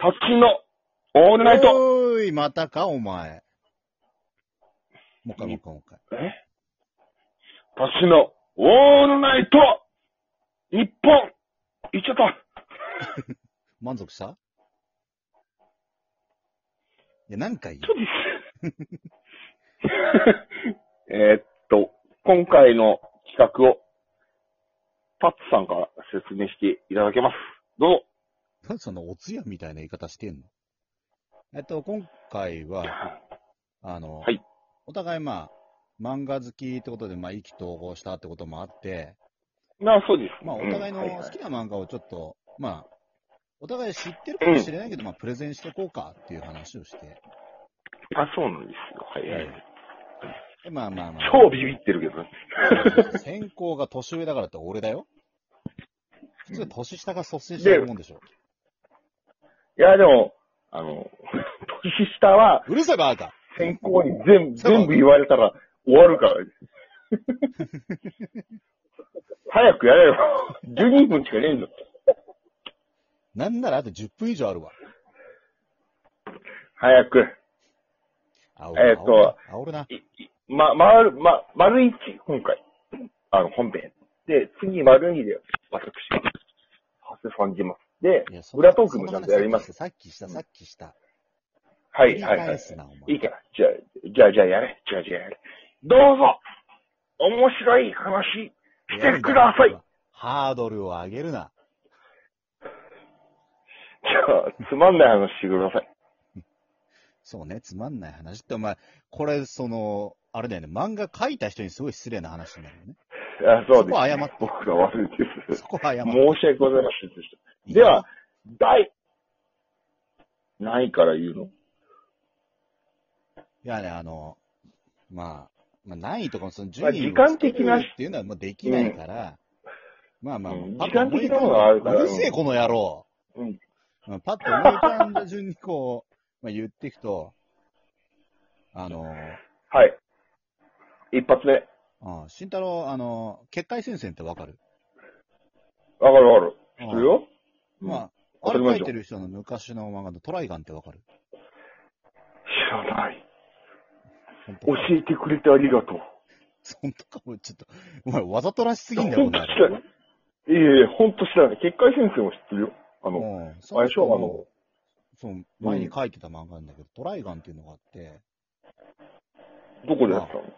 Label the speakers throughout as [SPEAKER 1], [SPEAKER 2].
[SPEAKER 1] タツキのオールナイト。
[SPEAKER 2] おーい、またか、お前。もう一回。
[SPEAKER 1] タツキのオールナイト日本行っちゃった。
[SPEAKER 2] 満足した？いや、何回
[SPEAKER 1] そうです。今回の企画を、タッツさんから説明していただけます。どうぞ。
[SPEAKER 2] なんでそのおつやみたいな言い方してんの？今回は、
[SPEAKER 1] はい。
[SPEAKER 2] お互い漫画好きってことで、意気投合したってこともあって、
[SPEAKER 1] そうです。
[SPEAKER 2] お互いの好きな漫画をちょっと、お互い知ってるかもしれないけど、プレゼンしていこうかっていう話をして。
[SPEAKER 1] そうなんですよ。はいはい。超ビビってるけど
[SPEAKER 2] ね。先行が年上だからって俺だよ。普通年下が率先してやるもんでしょ。
[SPEAKER 1] いや、でも、年下は、
[SPEAKER 2] うるせえバカ！
[SPEAKER 1] 先行に全部言われたら終わるから。早くやれよ。12分しかねえんだ。
[SPEAKER 2] なんならあと10分以上あるわ。
[SPEAKER 1] 早く。
[SPEAKER 2] 煽るな。
[SPEAKER 1] 丸1、今回。本編。で、次丸2で、私が、長谷さんじます。で、裏トークもちゃんとやります。
[SPEAKER 2] さっきした。
[SPEAKER 1] はい。いいから。じゃあやれ。どうぞ面白い話してください。
[SPEAKER 2] ハードルを上げるな。
[SPEAKER 1] じゃあ、つまんない話してください。
[SPEAKER 2] そうね、つまんない話って、これ、あれだよね、漫画描いた人にすごい失礼な話になるよね。
[SPEAKER 1] そうです。そ
[SPEAKER 2] こ謝って。
[SPEAKER 1] 僕が悪いです。
[SPEAKER 2] そこ謝って。
[SPEAKER 1] 申し訳ございませんでした。では、何位から言うの？
[SPEAKER 2] いやね、何位とかもその順位をつけるっていうのはもうできないから、
[SPEAKER 1] 時間的なものがあるから。
[SPEAKER 2] うるせえ、この野郎。パッと思い浮かんだ順に言っていくと、
[SPEAKER 1] はい。一発目。
[SPEAKER 2] 慎太郎、結界戦線ってわかる？
[SPEAKER 1] わかる。知ってるよ。
[SPEAKER 2] あれ書いてる人の昔の漫画のトライガンってわかる？
[SPEAKER 1] 知らない。教えてくれてありがとう。
[SPEAKER 2] 本当かも、ちょっと、お前わざとらしすぎんだよ、この野郎。
[SPEAKER 1] ほんと知らない。結界戦線を知ってるよ。あれでしょ、
[SPEAKER 2] 前に書いてた漫画なんだけど、トライガンっていうのがあって。
[SPEAKER 1] どこでやってたの？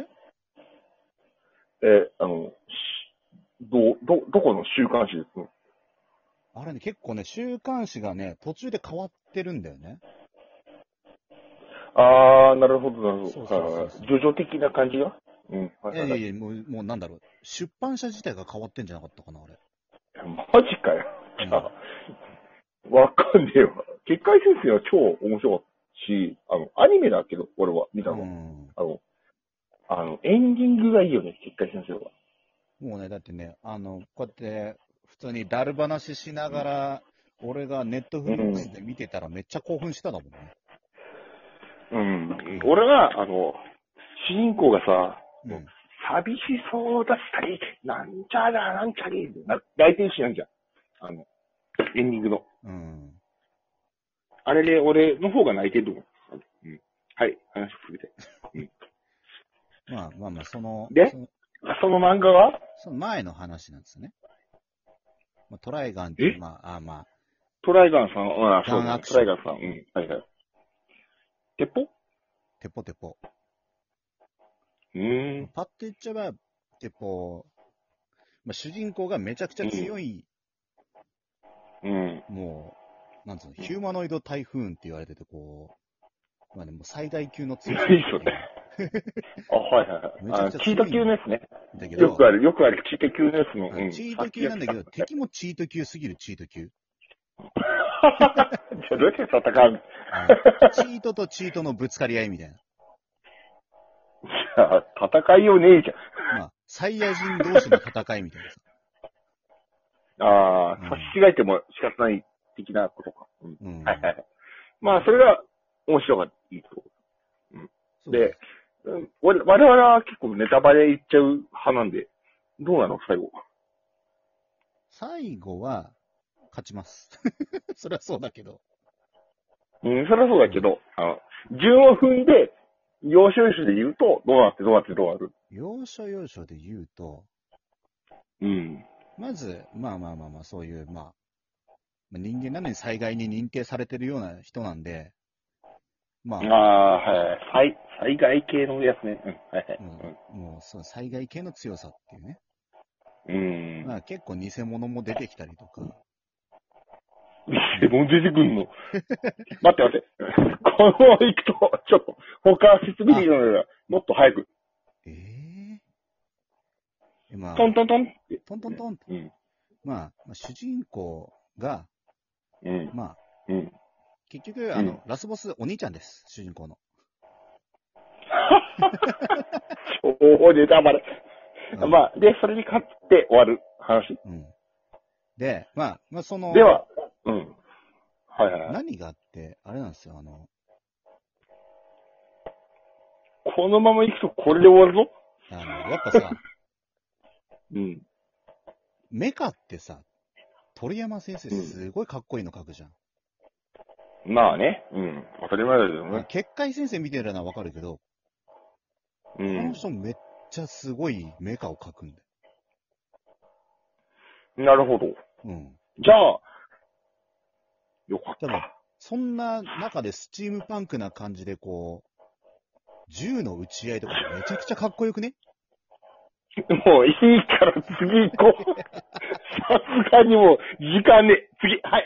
[SPEAKER 1] どこの週刊誌ですか？
[SPEAKER 2] あれね、結構ね、週刊誌がね、途中で変わってるんだよね。
[SPEAKER 1] なるほど。
[SPEAKER 2] そう。
[SPEAKER 1] 叙々的な感じが？
[SPEAKER 2] いや、もうなんだろう。出版社自体が変わってんじゃなかったかな、あれ。
[SPEAKER 1] マジかよ。わかんねえわ。結界戦線は超面白かったし、アニメだけど、俺は見たの。エンディングがいいよね、結界戦線は。
[SPEAKER 2] もうね、だってね、こうやって、普通にだる話しながら、俺がネットフリックスで見てたらめっちゃ興奮しただもんね。
[SPEAKER 1] 俺は、主人公がさ、寂しそうだったり、なんちゃり、泣いてるシーンあるじゃん。エンディングの。あれで俺の方が泣いてると思う。はい、話を続けて。で、その漫画は
[SPEAKER 2] その前の話なんですね。トライガンって、
[SPEAKER 1] トライガンさん、そうだね。トライガンさん、はい。鉄砲。
[SPEAKER 2] パッと言っちゃえば、鉄砲、主人公がめちゃくちゃ強い、もう、なんつうの、ヒューマノイド台風って言われてて、でも最大級の強さ。
[SPEAKER 1] いいっすよね。はい。チート級のやつね。よくあるチート級のやつの。
[SPEAKER 2] チート級なんだけど、敵もチート級すぎるチート級。
[SPEAKER 1] じゃあどうやって戦う？
[SPEAKER 2] チートとチートのぶつかり合いみたいな。
[SPEAKER 1] じゃあ、戦いようねえじゃん。
[SPEAKER 2] サイヤ人同士の戦いみたいなさ。
[SPEAKER 1] 差し違えても仕方ない的なことか。はい。それが面白かった。いいところ。で、我々は結構ネタバレ言っちゃう派なんで、どうなの最後。
[SPEAKER 2] 最後は、勝ちます。それはそうだけど。
[SPEAKER 1] うん、それはそうだけど、順を踏んで、要所要所で言うと、どうなってどうなってどうなる。
[SPEAKER 2] 要所要所で言うと、
[SPEAKER 1] うん。
[SPEAKER 2] まず、そういう、人間なのに災害に認定されてるような人なんで、まあ、
[SPEAKER 1] はい。災害系のやつね。うん、はいはい。
[SPEAKER 2] もうそう、災害系の強さっていうね。
[SPEAKER 1] うん。
[SPEAKER 2] まあ結構偽物も出てきたりとか。
[SPEAKER 1] 偽物出てくんの待って。このまま行くと、ちょっと、他設備費のよりはもっと早く。トントントンって。
[SPEAKER 2] トントントンって。
[SPEAKER 1] うん。
[SPEAKER 2] 主人公が、
[SPEAKER 1] うん。うん。
[SPEAKER 2] 結局、ラスボス、お兄ちゃんです、主人公の。
[SPEAKER 1] 超ネタバレ。で、それに勝って終わる話。
[SPEAKER 2] で、その、
[SPEAKER 1] では、
[SPEAKER 2] 何があって、あれなんですよ、
[SPEAKER 1] このまま行くとこれで終わるぞ。
[SPEAKER 2] やっぱさ、
[SPEAKER 1] うん。
[SPEAKER 2] メカってさ、鳥山先生すごいかっこいいの描くじゃん。
[SPEAKER 1] まあね、当たり前だけどね。
[SPEAKER 2] 結界先生見てるのはわかるけど、この人めっちゃすごいメカを描くんだ
[SPEAKER 1] よ。なるほど。じゃあ、よかった。
[SPEAKER 2] そんな中でスチームパンクな感じでこう、銃の撃ち合いとかめちゃくちゃかっこよくね？
[SPEAKER 1] もういいから次行こう。さすがにもう時間ね。次、はい。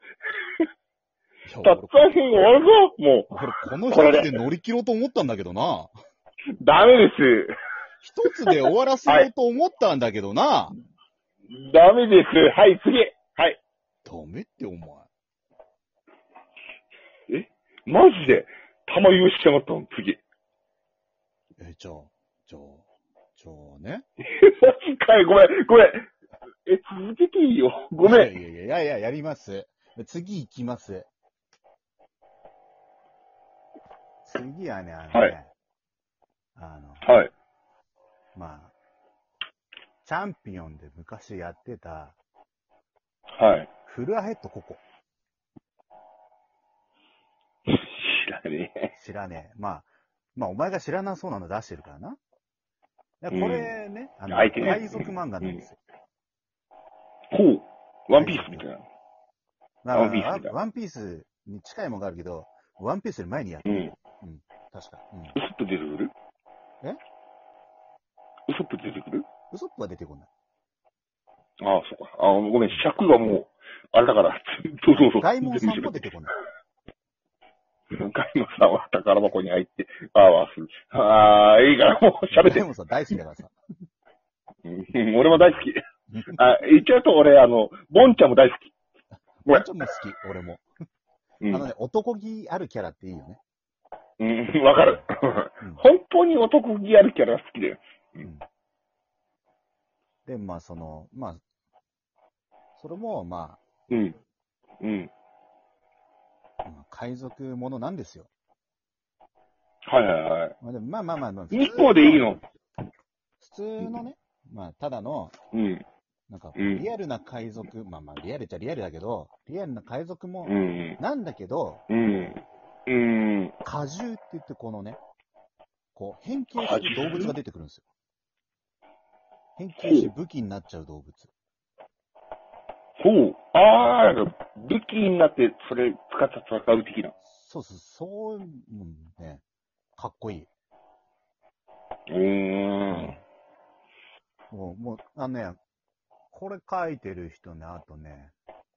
[SPEAKER 1] たった編終わるぞ、もう。
[SPEAKER 2] 俺この一つで乗り切ろうと思ったんだけどな。
[SPEAKER 1] ダメです。
[SPEAKER 2] 一つで終わらせようと思ったんだけどな。
[SPEAKER 1] ダメです。はい、次。はい。
[SPEAKER 2] ダメってお前。
[SPEAKER 1] マジで玉用意しやがったの、次。
[SPEAKER 2] じゃあね。
[SPEAKER 1] マジかい、ごめん。続けていいよ。ごめん。
[SPEAKER 2] いや、やります。次行きます。次はね、
[SPEAKER 1] はい。
[SPEAKER 2] チャンピオンで昔やってた、
[SPEAKER 1] はい。
[SPEAKER 2] フルアヘッドココ。知らねえ。お前が知らなそうなの出してるからな。これね、海賊漫画なんですよ。
[SPEAKER 1] ほう。ワンピースみたいな。
[SPEAKER 2] ワンピースに近いものがあるけど、ワンピースより前にやってる。確か。
[SPEAKER 1] ウソップ出てくる？ウソップ出てくる？
[SPEAKER 2] ウソップは出てこない。
[SPEAKER 1] ああ、そうか。ごめん、尺がもう、あれだから、どうぞ。
[SPEAKER 2] ガイモンさんも出てこない。
[SPEAKER 1] ガイモンさんは宝箱に入って、する。いいからもう喋って。
[SPEAKER 2] ガイモンさん大好きだからさ。
[SPEAKER 1] 俺も大好き。言っちゃうと俺、ボンちゃんも大好き。
[SPEAKER 2] ボンちゃんも好き、俺も。男気あるキャラっていいよね。
[SPEAKER 1] わかる。本当に男気あるキャラ好きだよ。
[SPEAKER 2] で、それも、海賊ものなんですよ。
[SPEAKER 1] はい。
[SPEAKER 2] 一
[SPEAKER 1] 個でいいの？
[SPEAKER 2] 普通のね、ただの、リアルな海賊、リアルっちゃリアルだけど、リアルな海賊も、なんだけど、果汁って言ってこのね、変形する動物が出てくるんですよ。変形して武器になっちゃう動物。
[SPEAKER 1] ほう。武器になって、それ使った戦う的な。
[SPEAKER 2] そうね、かっこいい。もう、これ書いてる人ね、あとね、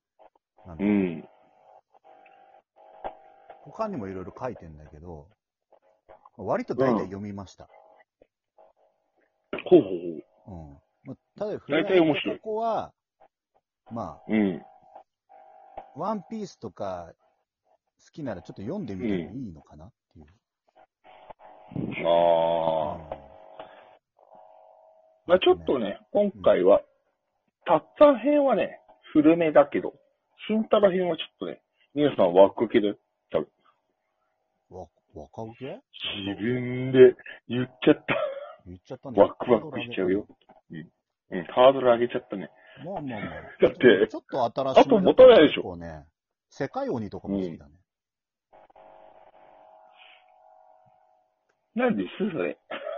[SPEAKER 2] 他にもいろいろ書いてんだけど、割と大体読みました。
[SPEAKER 1] ほう。
[SPEAKER 2] ただ、
[SPEAKER 1] 大体面白い。
[SPEAKER 2] ここは、ワンピースとか好きならちょっと読んでみてもいいのかなっていう。
[SPEAKER 1] ちょっとね、今回は、たった編はね、古めだけど、新太郎編はちょっとね、皆さん枠受けで、多分。
[SPEAKER 2] 若受け？
[SPEAKER 1] 自分で言っちゃった。
[SPEAKER 2] ね。
[SPEAKER 1] ワクワクしちゃうよ。ハードル上げちゃったね。だって、
[SPEAKER 2] ちょっと新しい。
[SPEAKER 1] あと持たないでしょ。
[SPEAKER 2] 世界鬼とかも好きだね。
[SPEAKER 1] なんでそれ。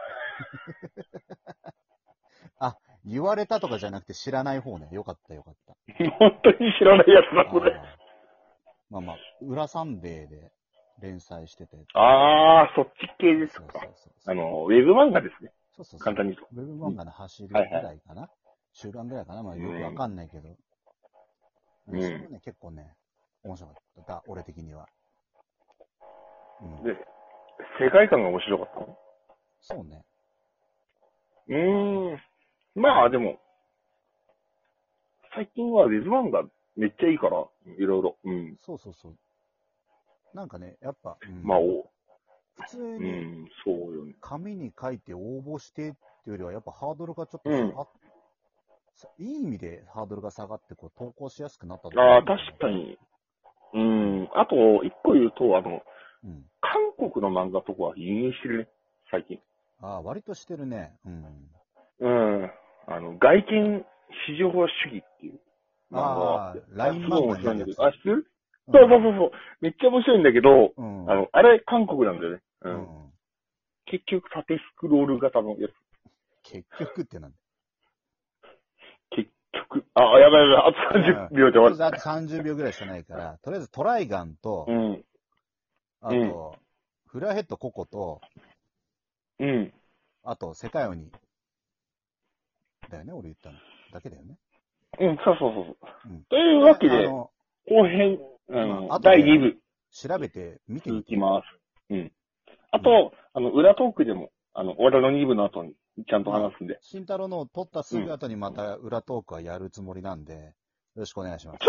[SPEAKER 2] あ、言われたとかじゃなくて知らない方ね。よかったよかった。
[SPEAKER 1] 本当に知らないやつだ、これ。
[SPEAKER 2] まあまあ、裏サンデーで連載してて。
[SPEAKER 1] ああ、そっち系ですか。ウェブ漫画ですね。
[SPEAKER 2] そうそうそう。
[SPEAKER 1] 簡単に言うと。
[SPEAKER 2] ウェブ漫画の走りぐらいかな、はいはい、終盤ぐらいかな、まあよくわかんないけど。それもね、結構ね、面白かった、俺的には。
[SPEAKER 1] で、世界観が面白かったの？
[SPEAKER 2] そうね。
[SPEAKER 1] まあでも、最近はウェブ漫画めっちゃいいから、いろいろ。
[SPEAKER 2] そうそうそう。なんかね、やっぱ、
[SPEAKER 1] まあ
[SPEAKER 2] 普通に、
[SPEAKER 1] そうよね。
[SPEAKER 2] 紙に書いて応募してっていうよりは、やっぱハードルがちょっといい意味でハードルが下がって、こう、投稿しやすくなったと
[SPEAKER 1] ああ、確かに。あと、一個言うと、韓国の漫画とかは輸入してるね、最近。
[SPEAKER 2] ああ、割としてるね。
[SPEAKER 1] 外見至上主義っていう漫画
[SPEAKER 2] があって。ライン漫画
[SPEAKER 1] なんだけど。あ、知ってる？そう。めっちゃ面白いんだけど、あれ、韓国なんだよね。結局、縦スクロール型のやつ。
[SPEAKER 2] 結局ってなんだ？
[SPEAKER 1] 結局、やばい、あと30秒で終わる。
[SPEAKER 2] あと30秒ぐらいしかないから、とりあえずトライガンと、あと、フラーヘッドココと、あと、世界鬼。だよね、俺言ったの。だけだよね。
[SPEAKER 1] そう。というわけで、後編、第2部。
[SPEAKER 2] 調べて見て
[SPEAKER 1] みます。あと、裏トークでも、俺の2部の後にちゃんと話すんで。
[SPEAKER 2] 慎太郎の撮ったすぐ後にまた裏トークはやるつもりなんで、よろしくお願いします。